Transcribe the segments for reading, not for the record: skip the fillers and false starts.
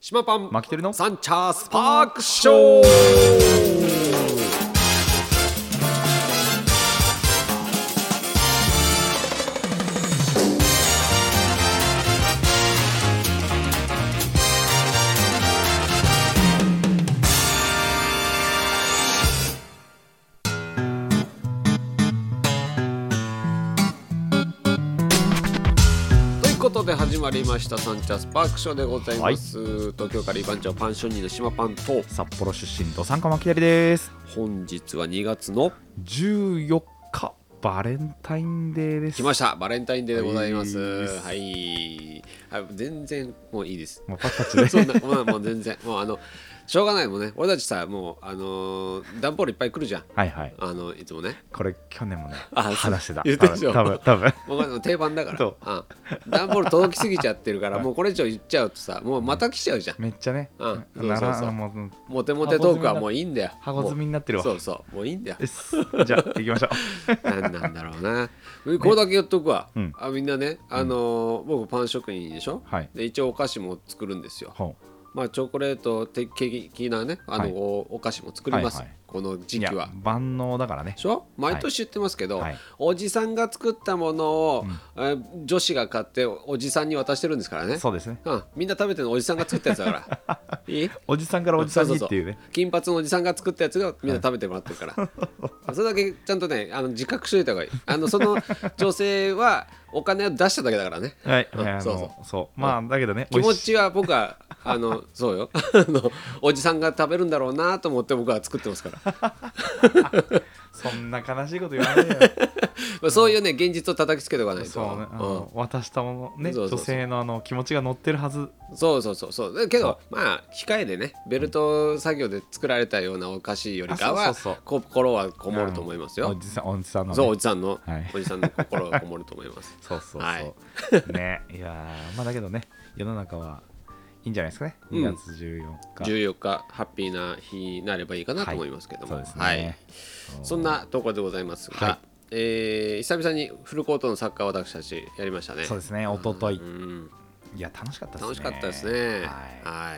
島パンマキテルのサンチャースパークショー。ということで始まりましたサンチャースパークショーでございます、東京から番長パンション人の島パンと札幌出身と参加マキテルです。 本日は2月の 14日バレンタインデーです。 来ましたバレンタインデーでございます。 は全然もういいです。 もうパチパチでそんなもう全然もうしょうがないもんね。俺たちさもう段ボールいっぱい来るじゃん。 はいはい。 いつもね。 これ去年もねあ話してた。 言ってるでしょ。 多分もう定番だから。 そう段ボール届きすぎちゃってるからもうこれ以上言っちゃうとさもうまた来ちゃうじゃん。 めっちゃね。 そうもうモテモテトークはもういいんだよ。 箱積みになってるわ。 そうもういいんだよ。 じゃあ行きましょう。 なんだろうな。これだけ言っとくわ。 うんみんなね僕パン職人でしょ。 はい。 で一応お菓子も作るんですよ。 ほまあチョコレート的なねはいお菓子も作ります、 はいはいこのう。いや時期は。 万能だからねで。しょ毎年言ってますけど、 はいおじさんが作ったものを、女子が買っておじさんに渡してるんですからね。 そうですね。 みんな食べてるのおじさんが作ったやつだからいいおじさんからおじさんにっていうね。 金髪のおじさんが作ったやつがみんな食べてもらってるから、それだけちゃんとね自覚しといた方がいい。その女性はお金を出しただけだからね。 はい。そうまあだけどね。 気持ちは僕はそうよおじさんが食べるんだろうなと思って僕は作ってますからそんな悲しいこと言わないよ。 そういうね現実を叩きつけておかないと。 そうね、渡したものね、 そうそうそう女性の気持ちが乗ってるはず。 そうだけどまあ機械でねベルト作業で作られたようなお菓子よりかは心はこもると思いますよ。 おじさんの、ね、 そうおじさんの、 はい、 おじさんの心がこもると思いますそう、 はい、 ね。いやまあだけどね世の中はいいんじゃないですかね。2月14 日ハッピーな日になればいいかなと思いますけども、 そうですね、 はい、そんなところでございますが、 はい、 久々にフルコートのサッカーを私たちやりましたね。 そうですね、おととい。いや楽しかったですね。 楽しかったですね。はい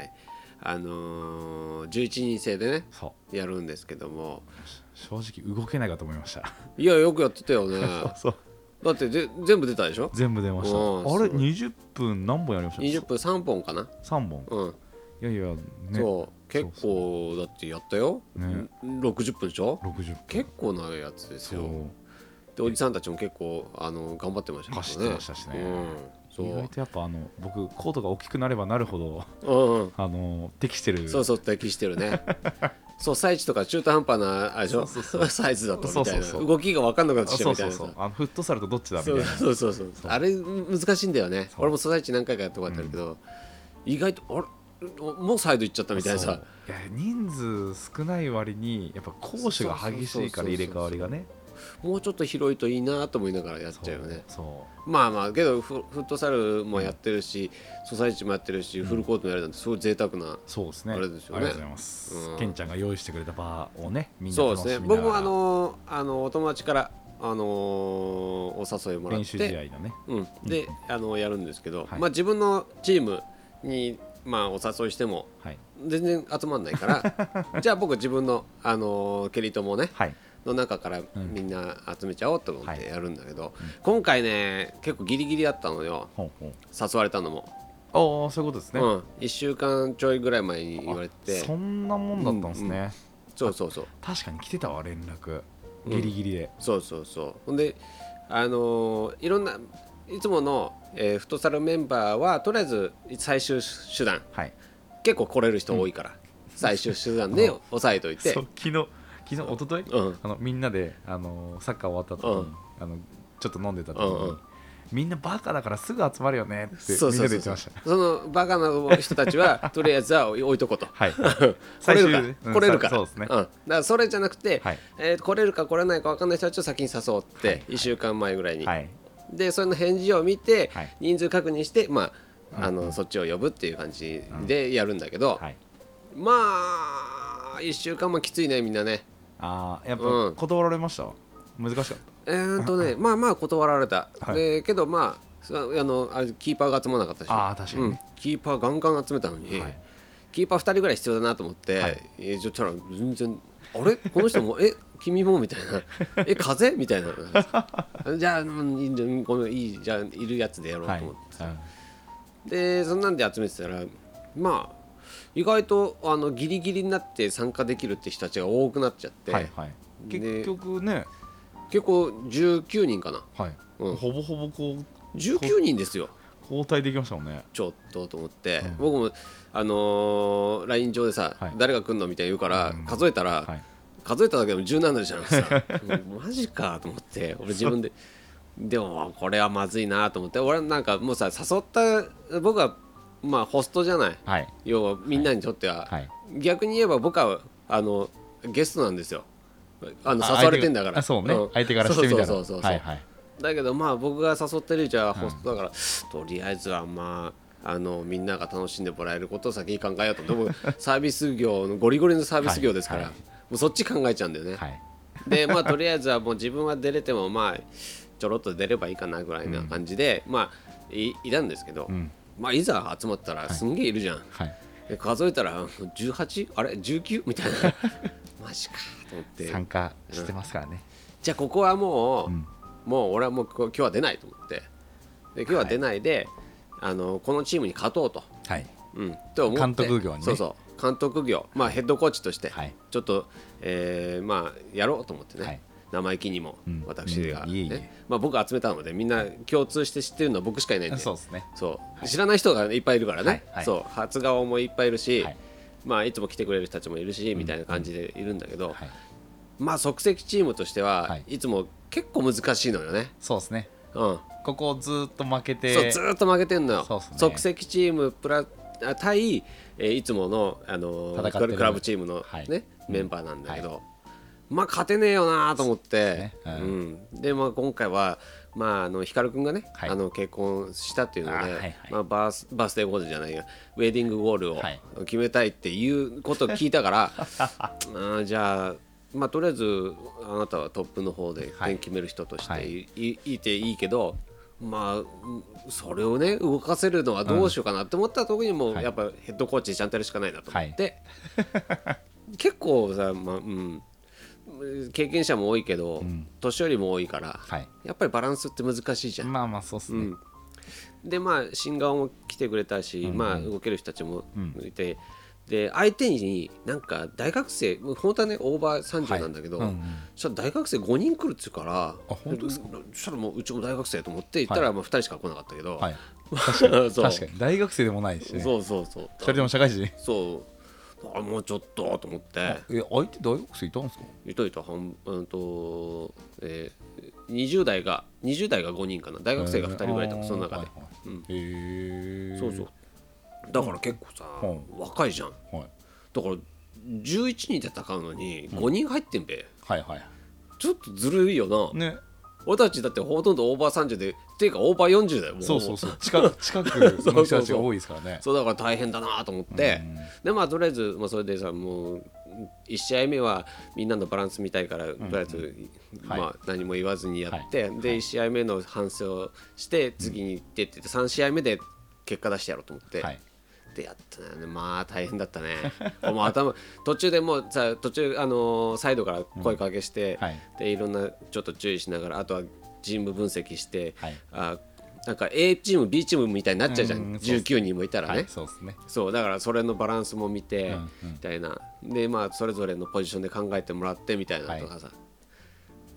、11人制でねやるんですけども正直動けないかと思いました。 いやよくやってたよねそうだって全部出たでしょ。 全部出ました。あれ20分何本やりました。 20分3本かな。 3本。いやね。 そう結構だってやったよ、ね、60分でしょ。 60分結構なやつですよ。でおじさんたちも結構頑張ってましたね。 走ってましたしね。 意外とやっぱ僕コートが大きくなればなるほど、適してる。 そう適してるねそうサイズとか中途半端なあれでしょサイズだとみたいな動きが分かんなくなってきちゃうみたいな。 フットサルとどっちだみたいな。 そうあれ難しいんだよね。俺もサイズ何回かやったことあるけど、意外とあれもうサイド行っちゃったみたいなさ。 いや人数少ない割にやっぱ攻守が激しいから入れ替わりがね。 もうちょっと広いといいなと思いながらやっちゃうよね。 そうまあけどフットサルもやってるし、ソサイチもやってるし、フルコートもやるなんてすごい贅沢なそうですね。 あれですよね。 ありがとうございます。ケンちゃんが用意してくれた場をねみんなそう楽しみながら。 ですね。僕もお友達からお誘いもらって練習試合のね。 でやるんですけど、まあ自分のチームにお誘いしても全然集まんないからじゃあ僕自分のケリトモねの中からみんな集めちゃおうと思ってやるんだけど、今回ね結構ギリギリだったのよ。誘われたのも。 そういうことですね。 1週間ちょいぐらい前に言われて。 そんなもんだったんですね。 そう確かに来てたわ連絡ギリギリで。 そうほんでいろんないつものフットサルメンバーはとりあえず最終手段、結構来れる人多いから、最終手段で押さえといて。 昨日一昨日みんなでサッカー終わった後にちょっと飲んでた時にみんなバカだからすぐ集まるよねってみんなで言ってました。 そのバカな人たちはとりあえずは置いとこうと来れるから。だからそれじゃなくて来れるか来れないか分かんない人たちを先に誘って1週間前ぐらいにでその返事を見て人数確認してそっちを呼ぶっていう感じでやるんだけど、まあ1週間もきついねみんなね。 やっぱ断られました。難しかった。 まあ断られた。けどあれキーパーが集まらなかったし。 確かにキーパーガンガン集めたのにキーパー2人ぐらい必要だなと思って、はい、ちょっと全然あれこの人も君もみたいな風みたいなじゃあごめんいいじゃあいるやつでやろうと思って、はい、でそんなんで集めてたらまあ意外とギリギリになって参加できるって人たちが多くなっちゃって、はいはい、 結局ね結構19人かな、 はいうん、ほぼほぼこう 19人ですよ。 交代できましたもんね。 ちょっと思って、うん、僕もLINE 上でさ、はい、誰が来んのみたいに言うから、うん、数えたら、はい、数えただけでも17じゃないですかマジかと思って俺自分ででもこれはまずいなと思って俺なんかもうさ誘った僕はまあホストじゃない、はい、要はみんなにとっては、はい、逆に言えば僕はゲストなんですよ。誘われてんだから。 そうね、うん、相手からしてみたらそう、はいはい、だけどまあ僕が誘ってるじゃホストだから、とりあえずはまあみんなが楽しんでもらえることを先に考えようと。でもサービス業のゴリゴリのサービス業ですから、はいはい、もうそっち考えちゃうんだよね、はい、でまあとりあえずはもう自分は出れてもまあちょろっと出ればいいかなぐらいな感じで、うん、まあいたんですけど、うんまあ、いざ集まったらすんげえいるじゃん、はいはい、数えたら 18? あれ 19? みたいなマジかと思って参加してますからね、うん、 じゃあここはもう、うん、もう俺はもう今日は出ないと思ってで今日は出ないで、はい、このチームに勝とうと、 はいうん、と思って監督業にねそう監督業、まあ、ヘッドコーチとしてちょっと、まあ、やろうと思ってね、はい生意気にも私が、ねうんまあ、僕が集めたのでみんな共通して知ってるのは僕しかいないんでそうですねそう、はい、知らない人がいっぱいいるからね、はいはい、そう初顔もいっぱいいるし、はいまあ、いつも来てくれる人たちもいるし、みたいな感じでいるんだけど、はい、まあ即席チームとしては、はい、いつも結構難しいのよね。 そうですね、うん、ここをずっと負けてそうずっと負けてんのよ、ね、即席チーム対、いつもの、クラブチームの、ねはい、メンバーなんだけど、はいまあ勝てねえよなと思って、ねうんうん、で、まあ、今回は、まあ、光くんがね、はい、結婚したっていうので、はいはいまあ、バースデーゴールじゃないやウェディングゴールを決めたいっていうことを聞いたから、はい、じゃあ、まあ、とりあえずあなたはトップの方で点決める人としていていいけど、まあそれをね動かせるのはどうしようかなって思った時にも、うん、やっぱヘッドコーチちゃんとやるしかないなと思って、はい、結構さ、まあうん経験者も多いけど、うん、年寄りも多いから、はい、やっぱりバランスって難しいじゃん。 まあまあそうっすね、うん、 でまあ新顔も来てくれたし、うんうんまあ、動ける人たちもいて、うん、で相手になんか大学生本当はねオーバー30なんだけど、はいうんうん、そしたら大学生5人来るっつうから本当ですか。 そしたらもううちも大学生と思って行ったら、まあ、2人しか来なかったけど、はい、 確かに大学生でもないしね。 そう 2人とも社会人そうもうちょっとと思って相手大学生いたんですか。 いた20代が5人かな大学生が2人ぐらいいたその中で、はいはいうん、へえそうそうだから結構さ、若いじゃん、はい、だから11人で戦うのに5人入ってんべ、 はいはい、 ちょっとずるいよな、ね、俺たちだってほとんどオーバー30でっていうかオーバー40だよもうそう近くの人たちが多いですからねそうだから大変だなと思って、でまあとりあえず、まあ、それでさもう1試合目はみんなのバランス見たいから、とりあえず、まあ、何も言わずにやって、はい、で1試合目の反省をして次に行ってって3試合目で結果出してやろうと思って、はいでやったね。まあ大変だったねもう途中でもうさサイドから声かけして、はい、でいろんなちょっと注意しながらあとはチーム分析して、はい、なんか A チーム B チームみたいになっちゃうじゃん、19人もいたらね、はい、 そうですねそうだからそれのバランスも見て、みたいなでまあそれぞれのポジションで考えてもらってみたいなとかさ、はい、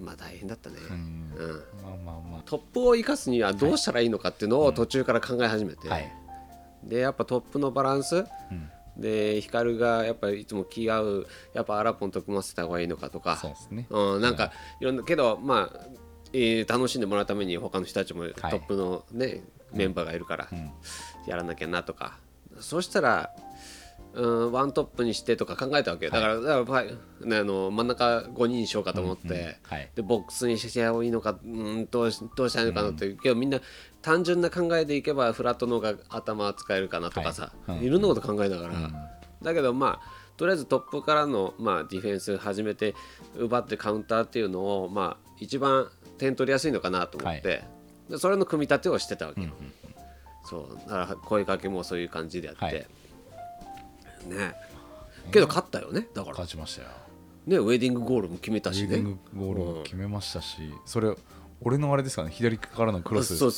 まあ大変だったね、トップを生かすにはどうしたらいいのかっていうのを途中から考え始めて、はいでやっぱトップのバランス、で光がやっぱりいつも気合うやっぱアラポンと組ませた方がいいのかとかそうですね、 なんかいろんなけどまあ、楽しんでもらうために他の人たちもトップのね、メンバーがいるからやらなきゃなとか、そうしたらワントップにしてとか考えたわけよ、だからね、真ん中5人にしようかと思って、でボックスにしてやろういいのかどうしたらいいのかなって、けどみんな単純な考えでいけばフラットの方が頭使えるかなとかさ、いろんなこと考えながら、だけどまあとりあえずトップからの、まあ、ディフェンス始めて奪ってカウンターっていうのを、まあ、一番点取りやすいのかなと思って、でそれの組み立てをしてたわけよ、そうだから声かけもそういう感じでやって、 ね。けど勝ったよね。だから勝ちましたよね。ウェディングゴールも決めたしね。 ウェディングゴールも決めましたし、それ俺のあれですかね、左からのクロス。 そう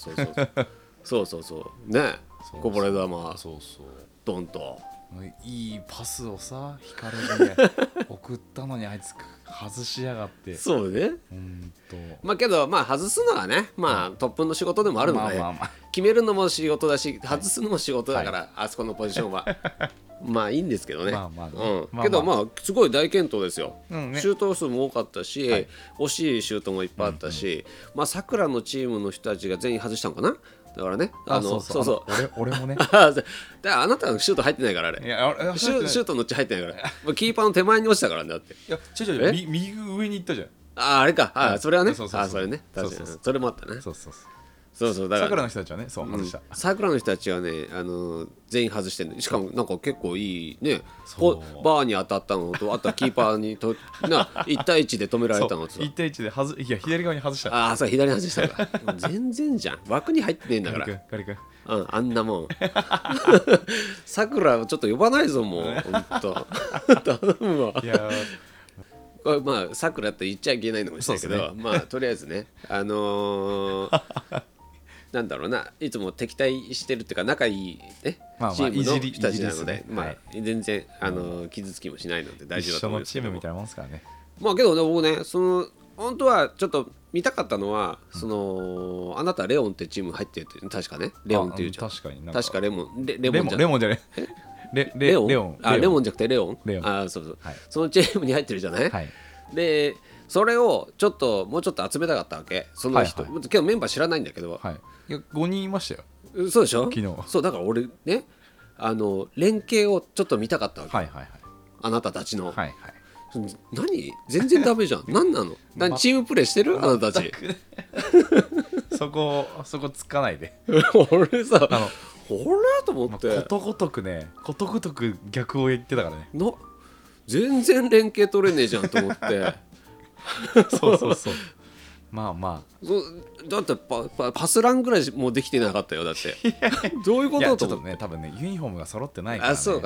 ね、こぼれ球ドンといいパスをさ、光で送ったのにあいつ外しやがって。 そうね。まあけど外すのはね、トップの仕事でもあるので、決めるのも仕事だし、外すのも仕事だから、あそこのポジションはまあいいんですけどね。けどすごい大健闘ですよ。シュート数も多かったし、惜しいシュートもいっぱいあったし、さくらのチームの人たちが全員外したのかな。だからね、 俺もね。 だからあなたがシュート入ってないからあれ。シュートのうち入ってないから。キーパーの手前に落ちたからね、だって。 いや、右上に行ったじゃん。 あれか。それはね。それね。確かに。それもあったね。だからさくらの人たちはね、外した。 さくらの人たちはね、全員外してる。しかもなんか結構いいね、バーに当たったのと、あとはキーパーに1対1で止められたのと。 1対1でいや、左側に外した。 そう、左に外したから。全然じゃん。枠に入ってねえんだから。あんなもん。さくらちょっと呼ばないぞ、もう。ほんと。頼むわ。これさくらって言っちゃいけないのかもしれないけど、とりあえずね、なんだろうな、いつも敵対してるっていうか仲いい、ね、チームの人たちなので、全然傷つきもしないので大丈夫だと思いますけど。 一緒のチームみたいなもんですからね。 けどね、僕ね、本当はちょっと見たかったのは、あなたレオンってチーム入ってるって、確かね、レオンっていうじゃん。確かレモンじゃないレオンレモンじゃなくてレオン。そのチームに入ってるじゃない。でそれをもうちょっと集めたかったわけ、その人。けどメンバー知らないんだけど、 いや5人いましたよ。 そうでしょ。 昨日。 そうだから俺ね、連携をちょっと見たかったわけ。あなたたちの。何全然ダメじゃん。何なの。チームプレーしてるあなたたち。 そこつかないで。 俺さ、ほらと思って、 ことごとく逆を言ってたからね。 全然連携取れねえじゃんと思って。 そうだってパスランぐらいもうできてなかったよ。だってどういうことと思って。多分ね、ユニフォームが揃ってないからね。 そういう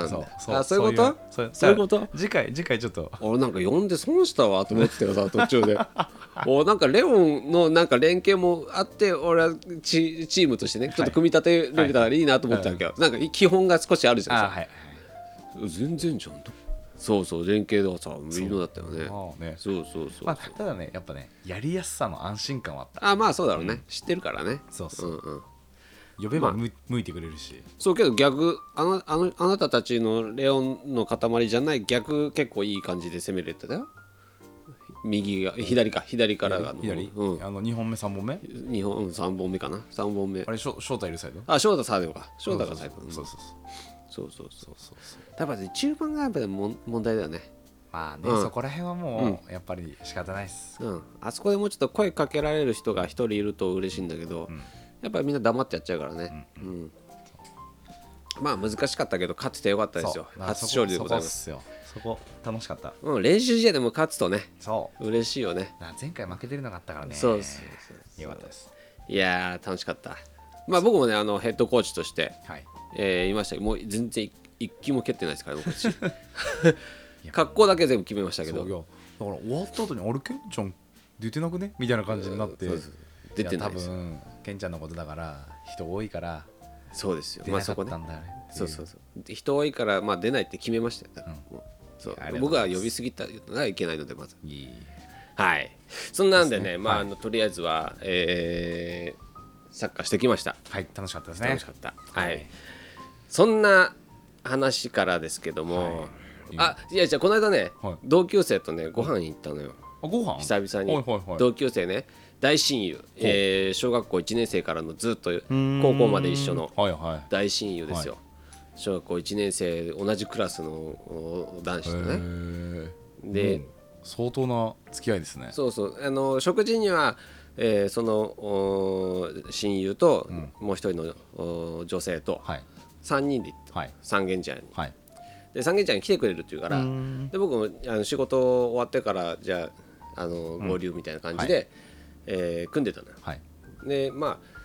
こと次回ちょっと俺なんか呼んで損したわと思ってたさ、途中で。なんかレオンのなんか連携もあって、俺はチームとしてね、ちょっと組み立てれたらいいなと思ったけど、なんか基本が少しあるじゃん。全然じゃんと。連携がさ、いいのだったよね。 ただね、やっぱね、やりやすさの安心感はあった。 そうだろうね。知ってるからね。 呼べば向いてくれるし。 けど逆、あなたたちのレオンの塊じゃない逆、結構いい感じで攻めれてたよ。左からが 2本目3本目 3本目かな。3本目あれ、翔太いるサイド。 翔太サイドか。翔太がサイド。やっぱり中盤がやっぱり問題だよね。 そこら辺はもうやっぱり仕方ないっす。 あそこでもうちょっと声かけられる人が一人いると嬉しいんだけど、やっぱりみんな黙ってやっちゃうからね。難しかったけど勝っててよかったですよ。初勝利でございます。 そこ楽しかった。 練習試合でも勝つとね、嬉しいよね。 前回負けてるのがあったからね。 よかったです。 いやー楽しかった。僕もね、ヘッドコーチとしていましたけど、もう全然一球も蹴ってないですからね、格好だけ全部決めましたけど。 だから終わった後に、あれケンちゃん出てなくねみたいな感じになって。 出てないです。 多分ケンちゃんのことだから人多いから。 そうですよ。 そこね。 人多いから出ないって決めましたよ。僕は呼びすぎたらいけないので、まず。はい。そんなんでね、とりあえずはサッカーしてきました。 楽しかったですね。 楽しかった。そんな話からですけども、いやこの間ね、同級生とねご飯行ったのよ。久々に同級生ね、大親友、小学校1年生からのずっと高校まで一緒の大親友ですよ。小学校1年生同じクラスの男子とね。で、 相当な付き合いですね。 食事にはその親友ともう一人の女性と3人で行って、三軒茶屋に。で三軒茶屋に来てくれるっていうから、で僕も仕事終わってからじゃあ合流みたいな感じで組んでたのよ。で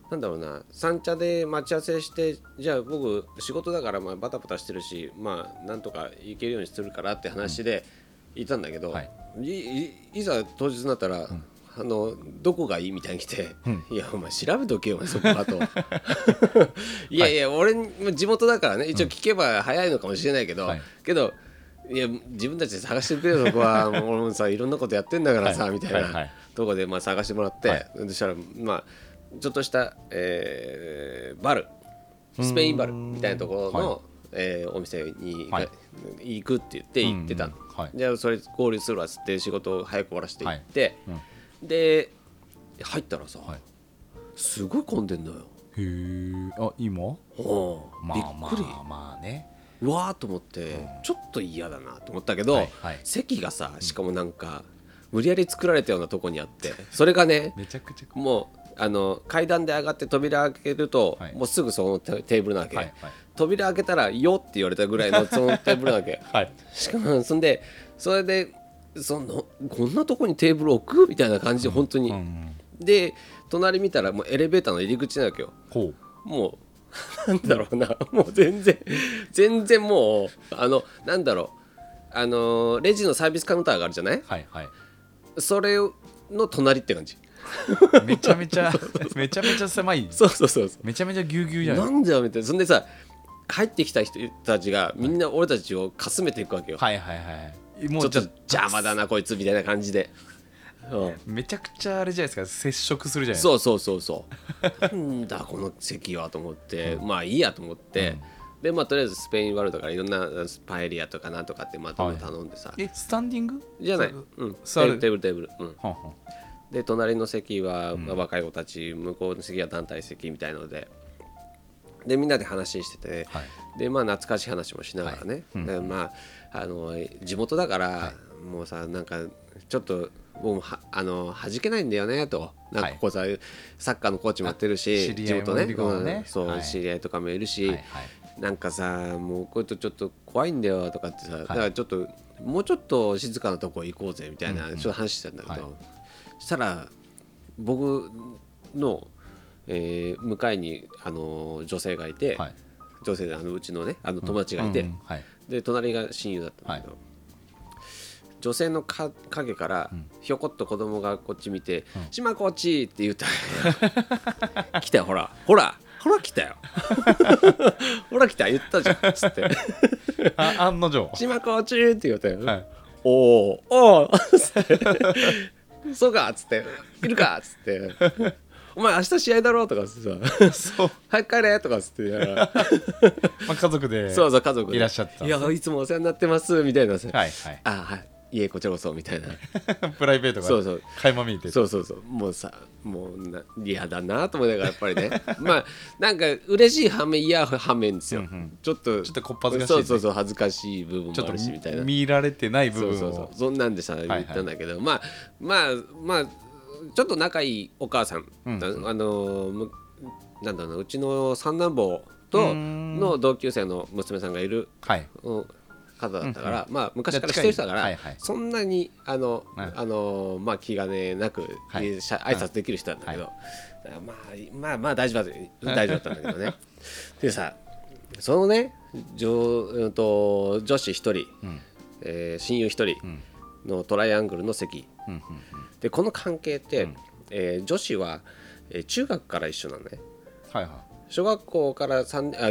なんだろうな、三茶で待ち合わせして、じゃあ僕仕事だからまあバタバタしてるし、まあなんとか行けるようにするからって話でいたんだけど、いざ当日になったら、どこがいいみたいに来て、いやお前調べとけよそこはといやいや、俺地元だからね、一応聞けば早いのかもしれないけど、けどいや自分たちで探してくれよそこは俺もさいろんなことやってんだからさ、みたいなとこでまあ探してもらって、そしたらまあちょっとした、バル、スペインバルみたいなところの、お店に、行くって言って行ってたの、じゃあそれ合流するわっつって仕事を早く終わらせて行って、で入ったらさ、すごい混んでんのよ。 へえ。あ、今？ びっくり。 まあね。 うわーと思って、ちょっと嫌だなと思ったけど、席がさ、しかもなんか無理やり作られたようなとこにあって、それがねめちゃくちゃもう階段で上がって扉開けると、もうすぐそのテーブルなわけ、扉開けたらよって言われたぐらいのそのテーブルなわけ、しかもそれでこんなとこにテーブル置くみたいな感じで本当に、で隣見たらもうエレベーターの入り口なわけよ。もうなんだろうな、もう全然もうなんだろう、レジのサービスカウンターがあるじゃない、それの隣って感じめちゃめちゃ狭い。 そうめちゃめちゃぎゅうぎゅうじゃない。 なんだよみたいな。そんでさ、入ってきた人たちがみんな俺たちをかすめていくわけよ。もうちょっと邪魔だなこいつみたいな感じで、 めちゃくちゃあれじゃないですか、接触するじゃないですか。 そうなんだこの席はと思って、まあいいやと思って、でまあとりあえずスペインワールドからいろんなパエリアとかなんとかってまた頼んでさ、 スタンディングじゃない、テーブル、で隣の席は若い子たち、向こうの席は団体席みたいので、でみんなで話してて、でまあ懐かしい話もしながらね、でまあ地元だから、もうさなんかちょっと僕も弾けないんだよねと、なんかここさ、サッカーのコーチもやってるし、地元ね、そう知り合いとかもいるし、なんかさもうこういうとちょっと怖いんだよとかってさ、だからちょっともうちょっと静かなとこ行こうぜみたいなちょっと話してたんだけど、そしたら僕の向かいに女性がいて、女性でうちのね友達がいて、で隣が親友だったんだけど、女性の影からひょこっと子供がこっち見て「島こっち!」って言ったら「来たよほら来たよほら来た言ったじゃん」っつって案の定 「島こっち!」って言ったよ、おーっつってそうかっつっているかっつってお前明日試合だろとかさ早く帰れとかっつって家族でいらっしゃった。 いやいつもお世話になってますみたいなさ、いえこちらこそみたいなプライベートが垣間見えて、 もうさもう嫌だなと思いながらやっぱりねまあなんか嬉しい反面嫌反面ですよ、ちょっとこっぱずかしい、恥ずかしい部分もあるしみたいな、 見られてない部分をそんなんでさ言ったんだけど、まあちょっと仲いいお母さん、なんだろうな、うちの三男坊との同級生の娘さんがいる方だったから、まあ昔から知ってる人だから、そんなにまあ気兼ねなく挨拶できる人なんだけど、まあ大丈夫だったんだけどねでさ、そのね女子一人、親友一人のトライアングルの席で、この関係って、女子は中学から一緒なのね。小学校から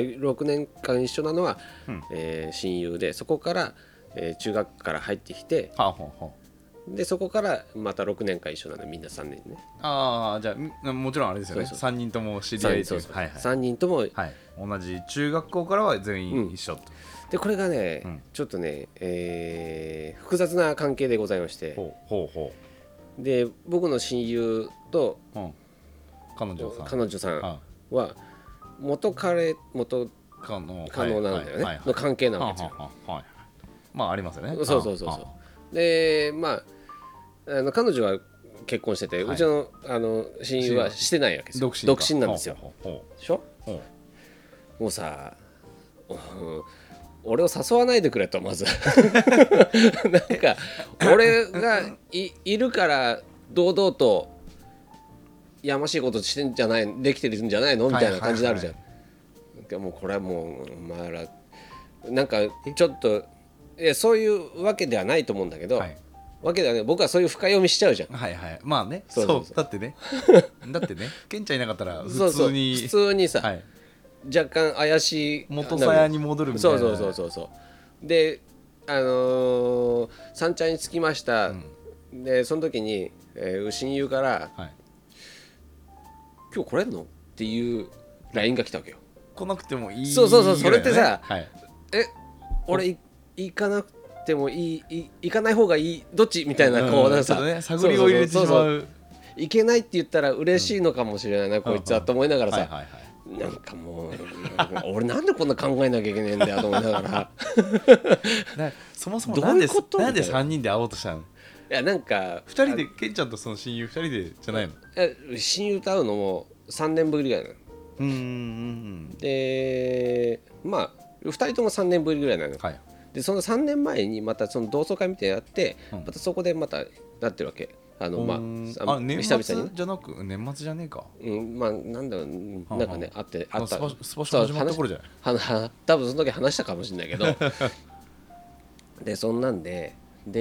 6年間一緒なのは、親友で、そこから、中学から入ってきて、でそこからまた6年間一緒なの、みんな3年ね。 じゃあもちろんあれですよね、3人とも知り合いというか、 3人とも、 同じ中学校からは全員一緒と。 でこれがね、ちょっとね、複雑な関係でございまして、で僕の親友と、 彼女さんは元カノなんだよね、の関係なわけですよ。 まあありますよね。 でまあ彼女は結婚してて、うちの親友はしてないわけですよ。独身なんですよ。でしょ。もうさ、俺を誘わないでくれと、まずなんか俺がいるから堂々とやましいことしてんじゃないできてるんじゃないのみたいな感じになるじゃん、もうこれはもうお前らなんかちょっとそういうわけではないと思うんだけど、わけではね、僕はそういう深読みしちゃうじゃん。 はいはい、まあね、そうだってねケンちゃんいなかったら普通にそう普通にさ、若干怪しい元さやに戻るみたいな。 そうで三茶に着きました、でその時に、親友から、今日来れんのっていう LINE が来たわけよ。 来なくてもいい、 そうそれってさ、俺行かなくてもいい、行かない方がいい、どっちみたいな、こうなんかさ、 探りを入れてしまう。 行けないって言ったら嬉しいのかもしれないな、こいつはと思いながらさ、なんかもう俺なんでこんな考えなきゃいけないんだよと思いながらそもそもなんで3人で会おうとしたの？ いやなんか 2人で、ケンちゃんとその親友2人でじゃないの？ 親友と会うのも3年ぶりぐらいなの。でまあ2人とも3年ぶりぐらいなの。でその3年前にまたその同窓会みたいなのやって、またそこでまたなってるわけ。 年末じゃなく年末じゃねえか。 まあなんだろう、なんかねあったスパシ始まった頃じゃない。 多分その時話したかもしれないけどでそんなんで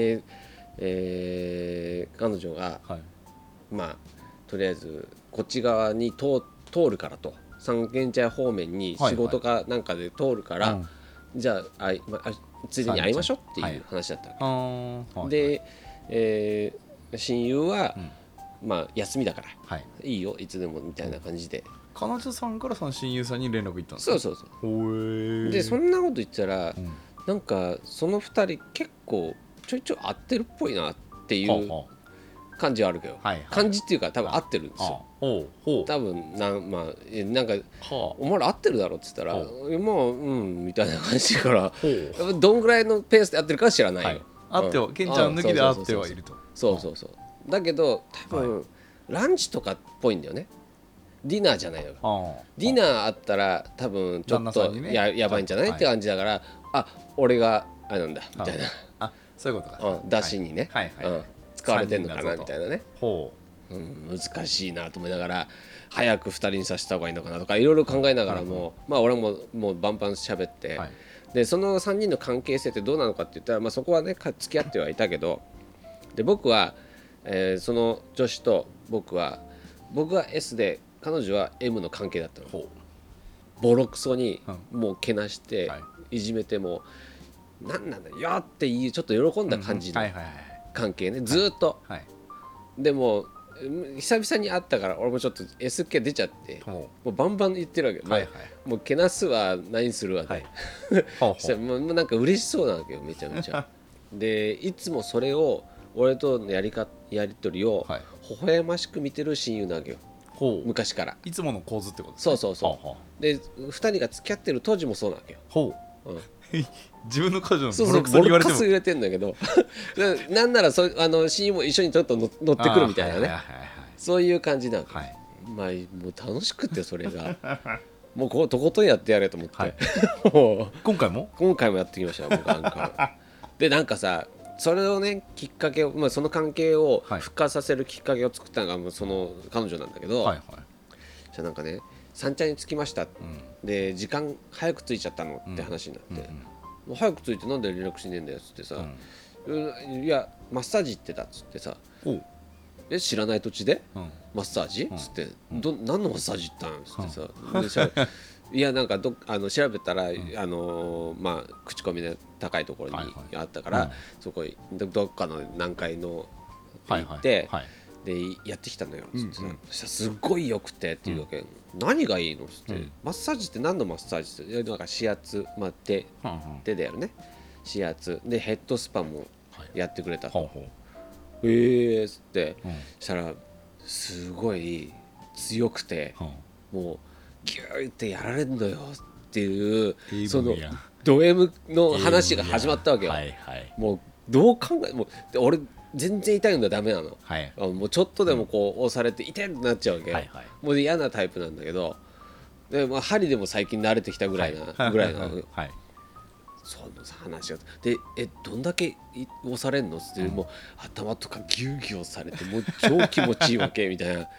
彼女が、まあとりあえずこっち側に通るからと、三軒茶屋方面に仕事かなんかで通るから、じゃあついでに会いましょうっていう話だったわけで、親友は、まあ休みだから、いいよいつでもみたいな感じで、 彼女さんからその親友さんに連絡行ったんですか？ そうでそんなこと言ったら、なんかその2人結構ちょいちょい合ってるっぽいなっていう感じはあるけど、感じっていうか多分合ってるんですよ。多分まあなんかお前ら合ってるだろって言ったら、まあみたいな感じからどんぐらいのペースで合ってるかは知らないよ。 ケンちゃん抜きで会ってはいると。 そうだけど多分ランチとかっぽいんだよね。ディナーじゃないの。ディナーあったら多分ちょっとやばいんじゃないって感じだから、俺があれなんだみたいな、 そういうことか。 出しにね使われてんのかなみたいなね。難しいなと思いながら、早く2人にさせた方がいいのかなとかいろいろ考えながらも、まあ俺ももうバンバン喋って、でその3人の関係性ってどうなのかって言ったら、まあそこはね付き合ってはいたけど、で僕はその女子と僕は S で彼女は M の関係だったの。ボロクソにもうけなしていじめてもなんなんだよっていうちょっと喜んだ感じの関係ね、ずっと。でも久々に会ったから俺もちょっと S 系出ちゃって、もうバンバン言ってるわけ、もうけなすわ何するわってしたらもうなんか嬉しそうなわけよ、めちゃめちゃでいつもそれを俺とのやり取りを微笑ましく見てる親友なわけよ、昔から。 いつもの構図ってことですね。 そうで2人が付き合ってる当時もそうなわけよ。 自分の彼女のボロクソ言われても言われてんだけどなんなら親友も一緒にちょっと乗ってくるみたいなね、そういう感じなの。まあもう楽しくてそれがもうとことんやってやれと思って、 今回もやってきましたよ。でなんかさ、それをねきっかけを、その関係を復活させるきっかけを作ったのがもうその彼女なんだけど、じゃなんかね三茶に着きました、で時間早く着いちゃったのって話になって、早く着いてなんで連絡しねえんだよっつってさ、いやマッサージ行ってたっつってさ、知らない土地でマッサージっつって、何のマッサージ行ったんっつってさ、いやなんか調べたらまあ口コミで高いところにあったから、そこどっかの何階の行ってでやってきたのよっつって、そしたらすっごいよくてっていうわけ、何がいいのっつって、マッサージって何のマッサージって、なんか指圧、手でやるね指圧でヘッドスパもやってくれたと。っつってしたらすごい強くて、もうギューってやられるのよっていう、そのド M の話が始まったわけよ。もうどう考えもう俺全然痛いのはダメなの、もうちょっとでもこう押されて痛いってなっちゃうわけよ、もう嫌なタイプなんだけど、で、針でも最近慣れてきたぐらいなの、その話がでどんだけ押されんのって、もう頭とかギュウギュウされてもう超気持ちいいわけみたいな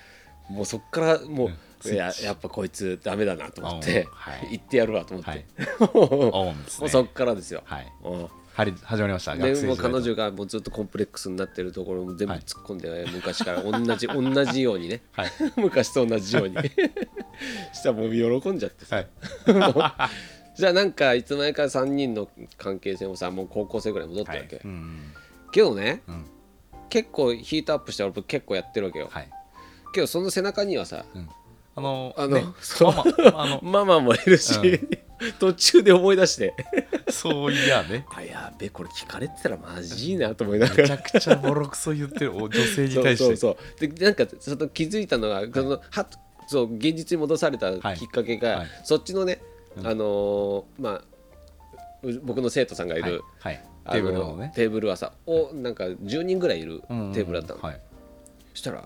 もうそっからもう、やっぱこいつダメだなと思って、言ってやるわと思って、もうそっからですよ。 始まりました。 でも彼女がもうずっとコンプレックスになってるところも全部突っ込んで、昔から同じようにね、昔と同じようにしたらもう喜んじゃってさ、じゃあなんかいつの間にか3人の関係性もさ、もう高校生ぐらい戻ったわけ、けどね、結構ヒートアップして俺結構やってるわけよ、けどその背中にはさ、ママもいるし、途中で思い出してそういやね、 やべこれ聞かれてたらマジいいなと思いながら、 めちゃくちゃボロクソ言ってる女性に対してそうでなんかちょっと気づいたのが、そう現実に戻されたきっかけが、そっちのね、僕の生徒さんがいる、テーブルはさ、なんか10人ぐらいいるテーブルだったの、そしたら、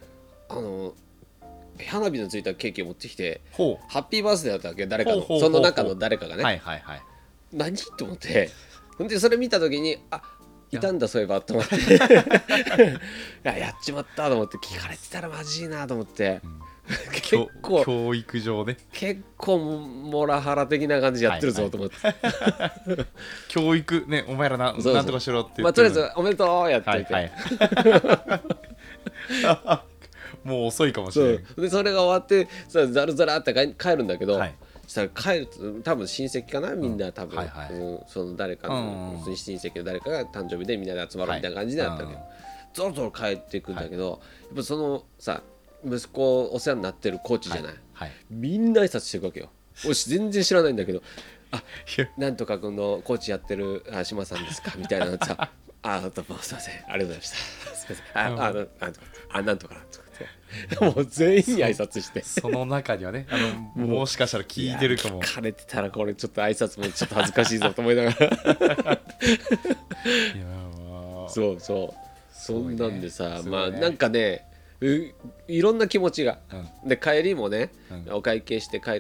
花火のついたケーキを持ってきて、ハッピーバースデーだったわけ、誰かの、その中の誰かがね、何と思って、でそれ見た時に、いたんだそういえばと思ってやっちまったと思って、聞かれてたらマジいいなと思って、結構教育上ね、 結構モラハラ的な感じでやってるぞと思って、 教育ね、お前らなんとかしろって言って、 とりあえずおめでとうやっていて、 もう遅いかもしれない。 でそれが終わってさ、ザルザラって帰るんだけど、したら帰ると多分親戚かな、みんな多分、その誰かの親戚の誰かが誕生日でみんなで集まるみたいな感じであったけど、ゾロゾロ帰っていくんだけど、やっぱそのさ、息子お世話になってるコーチじゃない、みんな挨拶してるわけよ。俺全然知らないんだけど、なんとか君のコーチやってる島さんですかみたいなのさ、すいません、ありがとうございました、すいません、なんとかもう全員に挨拶して、 その中にはね、もしかしたら聞いてるかも。 聞かれてたらこれちょっと挨拶もちょっと恥ずかしいぞと思いながらそんなんでさ、なんかね、いろんな気持ちが、で帰りもね、お会計して帰って、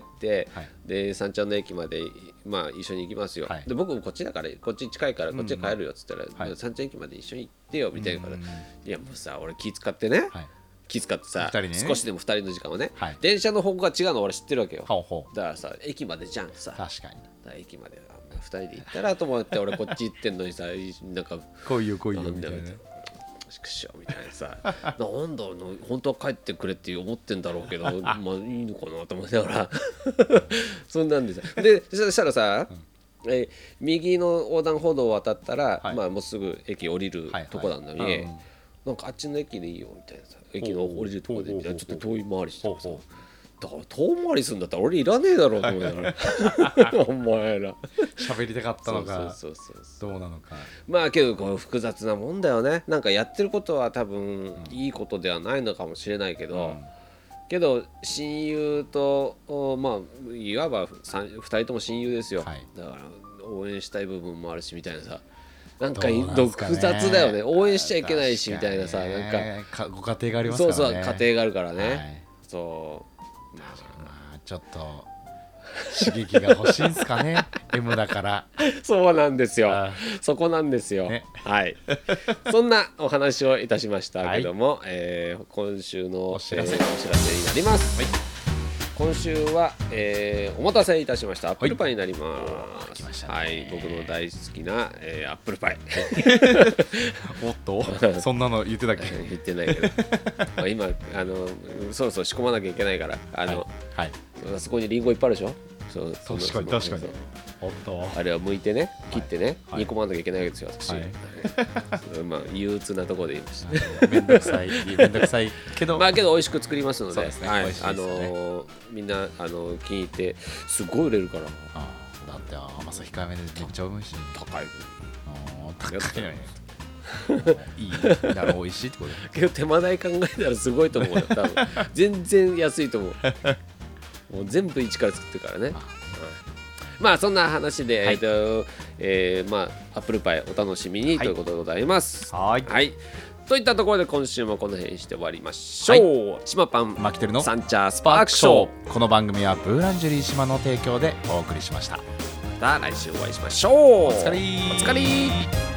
で三茶の駅まで一緒に行きますよ、で僕もこっちだから、こっち近いからこっち帰るよっつったら、三茶駅まで一緒に行ってよみたいなから、いやもうさ、俺気使ってね、さ、少しでも2人の時間はね、電車の方向が違うの俺知ってるわけよ。だからさ、駅までじゃんさ、 確かに駅まで2人で行ったらと思って、俺こっち行ってんのにさ、なんか来いよみたいな、 しくしようみたいなさなんだろう、本当は帰ってくれって思ってんだろうけどまあいいのかなと思いながらそんなんでさ、でそしたらさ、右の横断歩道を渡ったら、もうすぐ駅降りるとこなのに、なんかあっちの駅でいいよみたいなさ、駅の降りるとこでみたいな、ちょっと遠い回りしてさ、だから遠回りするんだったら俺いらねえだろうと思いながらお前ら喋りたかったのかどうなのか、 けどこう複雑なもんだよね。なんかやってることは多分いいことではないのかもしれないけど、親友といわば2人とも親友ですよ、だから応援したい部分もあるしみたいなさ、なんか複雑だよね。応援しちゃいけないしみたいなさ、なんかご家庭がありますからね。 家庭があるからね、 ちょっと刺激が欲しいんすかねM だからそうなんですよ、そこなんですよ、そんなお話をいたしましたけども、今週のお知らせになります。今週は、お待たせいたしましたアップルパイになります。僕の大好きな、アップルパイおっとそんなの言ってたっけ言ってないけど今そろそろ仕込まなきゃいけないからそこにリンゴいっぱいあるでしょ。 確かにおっとあれは剥いてね、切ってね、煮込まなきゃいけないわけですよ私。憂鬱なところで言いましためんどくさいけどけど美味しく作りますので、みんな気に入ってすごい売れるから。だって甘さ控えめでめっちゃ美味しい。 高いいいなら美味しいってことだけど手間代考えたらすごいと思うよ多分全然安いと思うもう全部一から作ってるからね。そんな話で、アップルパイお楽しみにということでございます。といったところで今週もこの辺にして終わりましょう。島パンマキテルのサンチャースパークショー。この番組はブーランジェリー島の提供でお送りしました。 また来週お会いしましょう。 お疲れ。